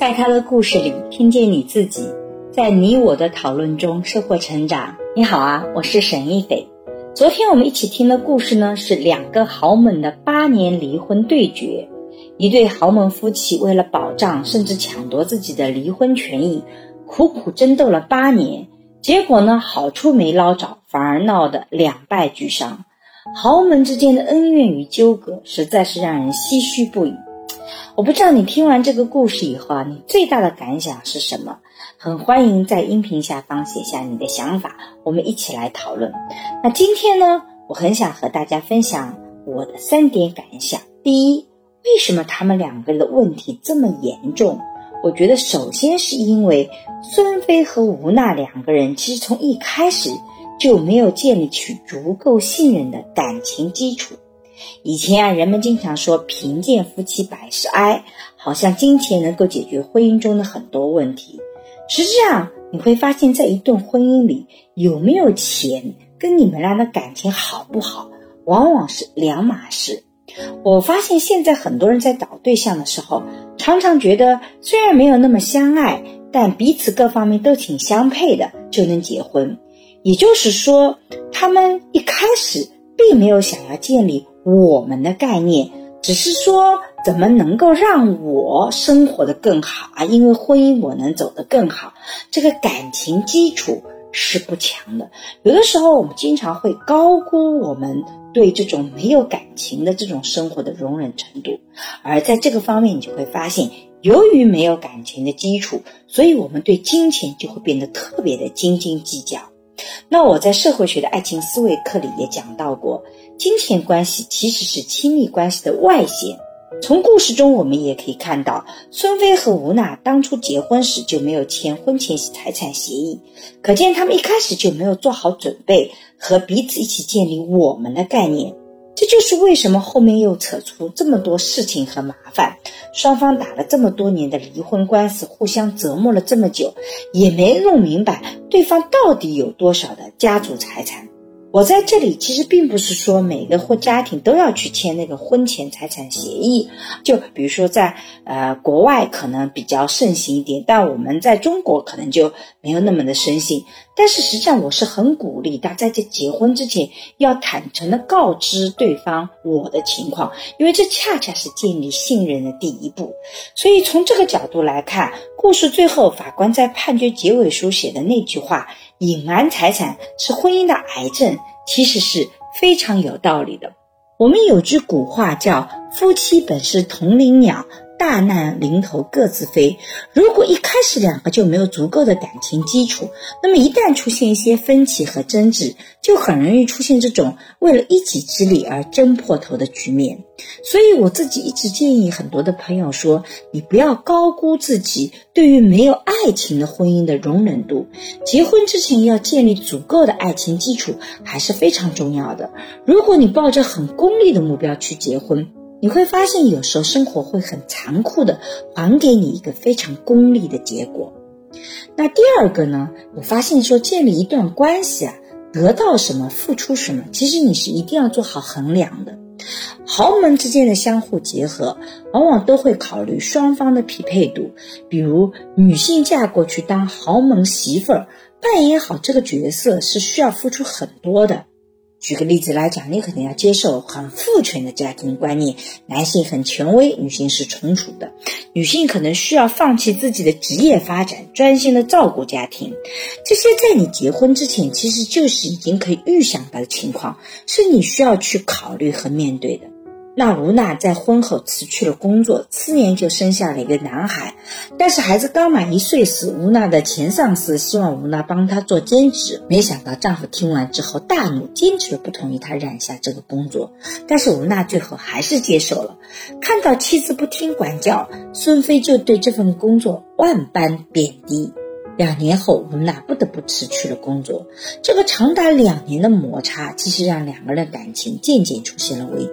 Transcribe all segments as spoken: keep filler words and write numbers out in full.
在他的故事里听见你自己，在你我的讨论中收获成长。你好啊，我是沈一斐。昨天我们一起听的故事呢，是两个豪门的八年离婚对决。一对豪门夫妻为了保障甚至抢夺自己的离婚权益，苦苦争斗了八年，结果呢，好处没捞着，反而闹得两败俱伤。豪门之间的恩怨与纠葛实在是让人唏嘘不已。我不知道你听完这个故事以后啊，你最大的感想是什么？很欢迎在音频下方写下你的想法，我们一起来讨论。那今天呢，我很想和大家分享我的三点感想。第一，为什么他们两个人的问题这么严重？我觉得首先是因为孙飞和吴娜两个人其实从一开始就没有建立起足够信任的感情基础。以前啊，人们经常说贫贱夫妻百事哀，好像金钱能够解决婚姻中的很多问题。实际上你会发现，在一段婚姻里，有没有钱跟你们俩的感情好不好往往是两码事。我发现现在很多人在找对象的时候，常常觉得虽然没有那么相爱，但彼此各方面都挺相配的就能结婚。也就是说，他们一开始并没有想要建立我们的概念，只是说怎么能够让我生活得更好啊？因为婚姻我能走得更好，这个感情基础是不强的。有的时候我们经常会高估我们对这种没有感情的这种生活的容忍程度，而在这个方面你就会发现，由于没有感情的基础，所以我们对金钱就会变得特别的斤斤计较。那我在社会学的爱情思维课里也讲到过，金钱关系其实是亲密关系的外显。从故事中我们也可以看到，孙飞和吴娜当初结婚时就没有签婚前财产协议，可见他们一开始就没有做好准备和彼此一起建立我们的概念。这就是为什么后面又扯出这么多事情和麻烦，双方打了这么多年的离婚官司，互相折磨了这么久，也没弄明白对方到底有多少的家族财产。我在这里其实并不是说每个婚家庭都要去签那个婚前财产协议，就比如说在呃国外可能比较盛行一点，但我们在中国可能就没有那么的盛行。但是实际上我是很鼓励大家在结婚之前要坦诚的告知对方我的情况，因为这恰恰是建立信任的第一步。所以从这个角度来看，故事最后法官在判决结尾书写的那句话，隐瞒财产是婚姻的癌症，其实是非常有道理的。我们有句古话叫夫妻本是同林鸟，大难临头各自飞。如果一开始两个就没有足够的感情基础，那么一旦出现一些分歧和争执，就很容易出现这种为了一己之力而争破头的局面。所以我自己一直建议很多的朋友说，你不要高估自己对于没有爱情的婚姻的容忍度，结婚之前要建立足够的爱情基础还是非常重要的。如果你抱着很功利的目标去结婚，你会发现有时候生活会很残酷的还给你一个非常功利的结果。那第二个呢，我发现说建立一段关系啊，得到什么付出什么，其实你是一定要做好衡量的。豪门之间的相互结合往往都会考虑双方的匹配度，比如女性嫁过去当豪门媳妇儿，扮演好这个角色是需要付出很多的。举个例子来讲，你可能要接受很父权的家庭观念，男性很权威，女性是从属的。女性可能需要放弃自己的职业发展，专心的照顾家庭。这些在你结婚之前其实就是已经可以预想到的情况，是你需要去考虑和面对的。那吴娜在婚后辞去了工作，次年就生下了一个男孩。但是孩子刚满一岁时，吴娜的前上司希望吴娜帮他做兼职，没想到丈夫听完之后大怒，坚决不同意他揽下这个工作。但是吴娜最后还是接受了。看到妻子不听管教，孙飞就对这份工作万般贬低。两年后，吴娜不得不辞去了工作。这个长达两年的摩擦，其实让两个人的感情渐渐出现了危机。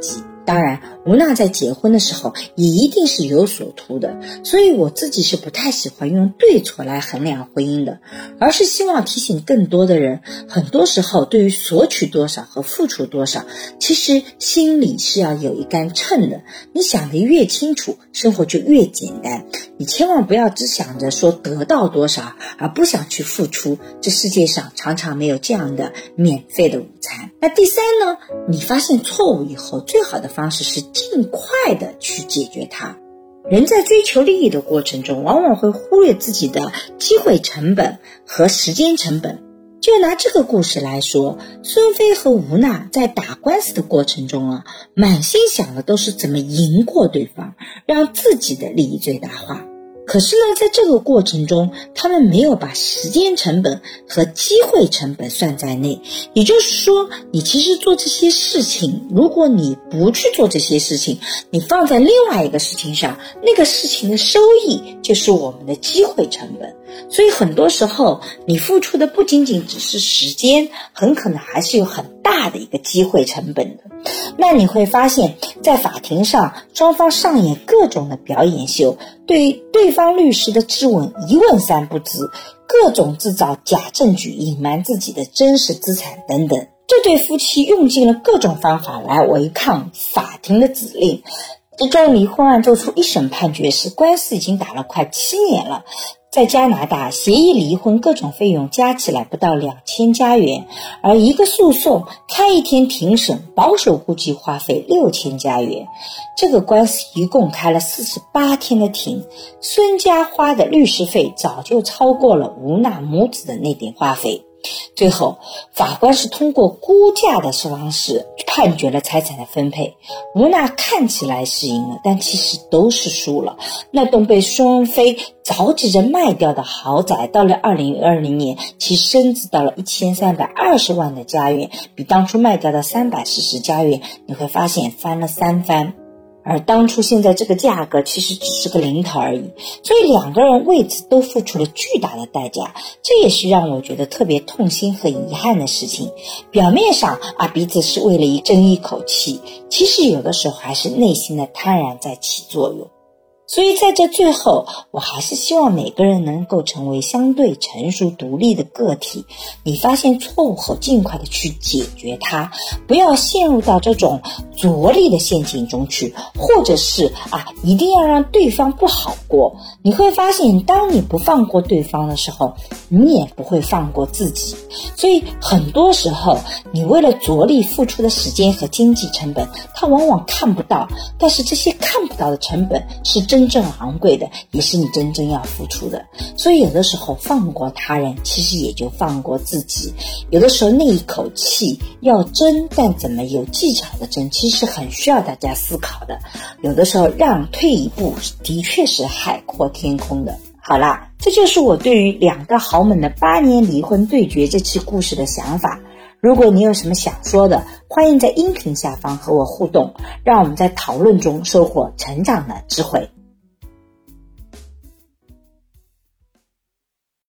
当然，吴娜在结婚的时候也一定是有所图的，所以我自己是不太喜欢用对错来衡量婚姻的，而是希望提醒更多的人，很多时候对于索取多少和付出多少，其实心里是要有一杆秤的。你想得越清楚，生活就越简单。你千万不要只想着说得到多少，而不想去付出。这世界上常常没有这样的免费的午餐。那第三呢，你发现错误以后，最好的方式是尽快的去解决它。人在追求利益的过程中，往往会忽略自己的机会成本和时间成本。就拿这个故事来说，孙飞和吴娜在打官司的过程中啊，满心想的都是怎么赢过对方，让自己的利益最大化。可是呢，在这个过程中，他们没有把时间成本和机会成本算在内。也就是说，你其实做这些事情，如果你不去做这些事情，你放在另外一个事情上，那个事情的收益就是我们的机会成本。所以很多时候，你付出的不仅仅只是时间，很可能还是有很大的一个机会成本的。那你会发现，在法庭上，双方上演各种的表演秀，对对方律师的质问一问三不知，各种制造假证据，隐瞒自己的真实资产等等。这对夫妻用尽了各种方法来违抗法庭的指令。最终离婚案做出一审判决时，官司已经打了快七年了。在加拿大，协议离婚各种费用加起来不到两千加元，而一个诉讼开一天庭审，保守估计花费六千加元。这个官司一共开了四十八天的庭，孙家花的律师费早就超过了吴娜母子的那点花费。最后，法官是通过估价的方式判决了财产的分配。吴娜看起来是赢了，但其实都是输了。那栋被孙飞着急着卖掉的豪宅，到了二零二零年，其升值到了一千三百二十万的加元，比当初卖掉的三百四十加元，你会发现翻了三番。而当初现在这个价格其实只是个零头而已，所以两个人为此都付出了巨大的代价，这也是让我觉得特别痛心和遗憾的事情。表面上啊，彼此是为了一争一口气，其实有的时候还是内心的贪婪在起作用。所以在这最后，我还是希望每个人能够成为相对成熟独立的个体。你发现错误后，尽快的去解决它，不要陷入到这种着力的陷阱中去，或者是啊，一定要让对方不好过。你会发现，当你不放过对方的时候，你也不会放过自己。所以很多时候，你为了着力付出的时间和经济成本，它往往看不到，但是这些看不到的成本是真真正昂贵的，也是你真正要付出的。所以有的时候放过他人，其实也就放过自己。有的时候那一口气要争，但怎么有技巧的争，其实很需要大家思考的。有的时候让退一步，的确是海阔天空的。好啦，这就是我对于两个豪门的八年离婚对决这期故事的想法。如果你有什么想说的，欢迎在音频下方和我互动，让我们在讨论中收获成长的智慧。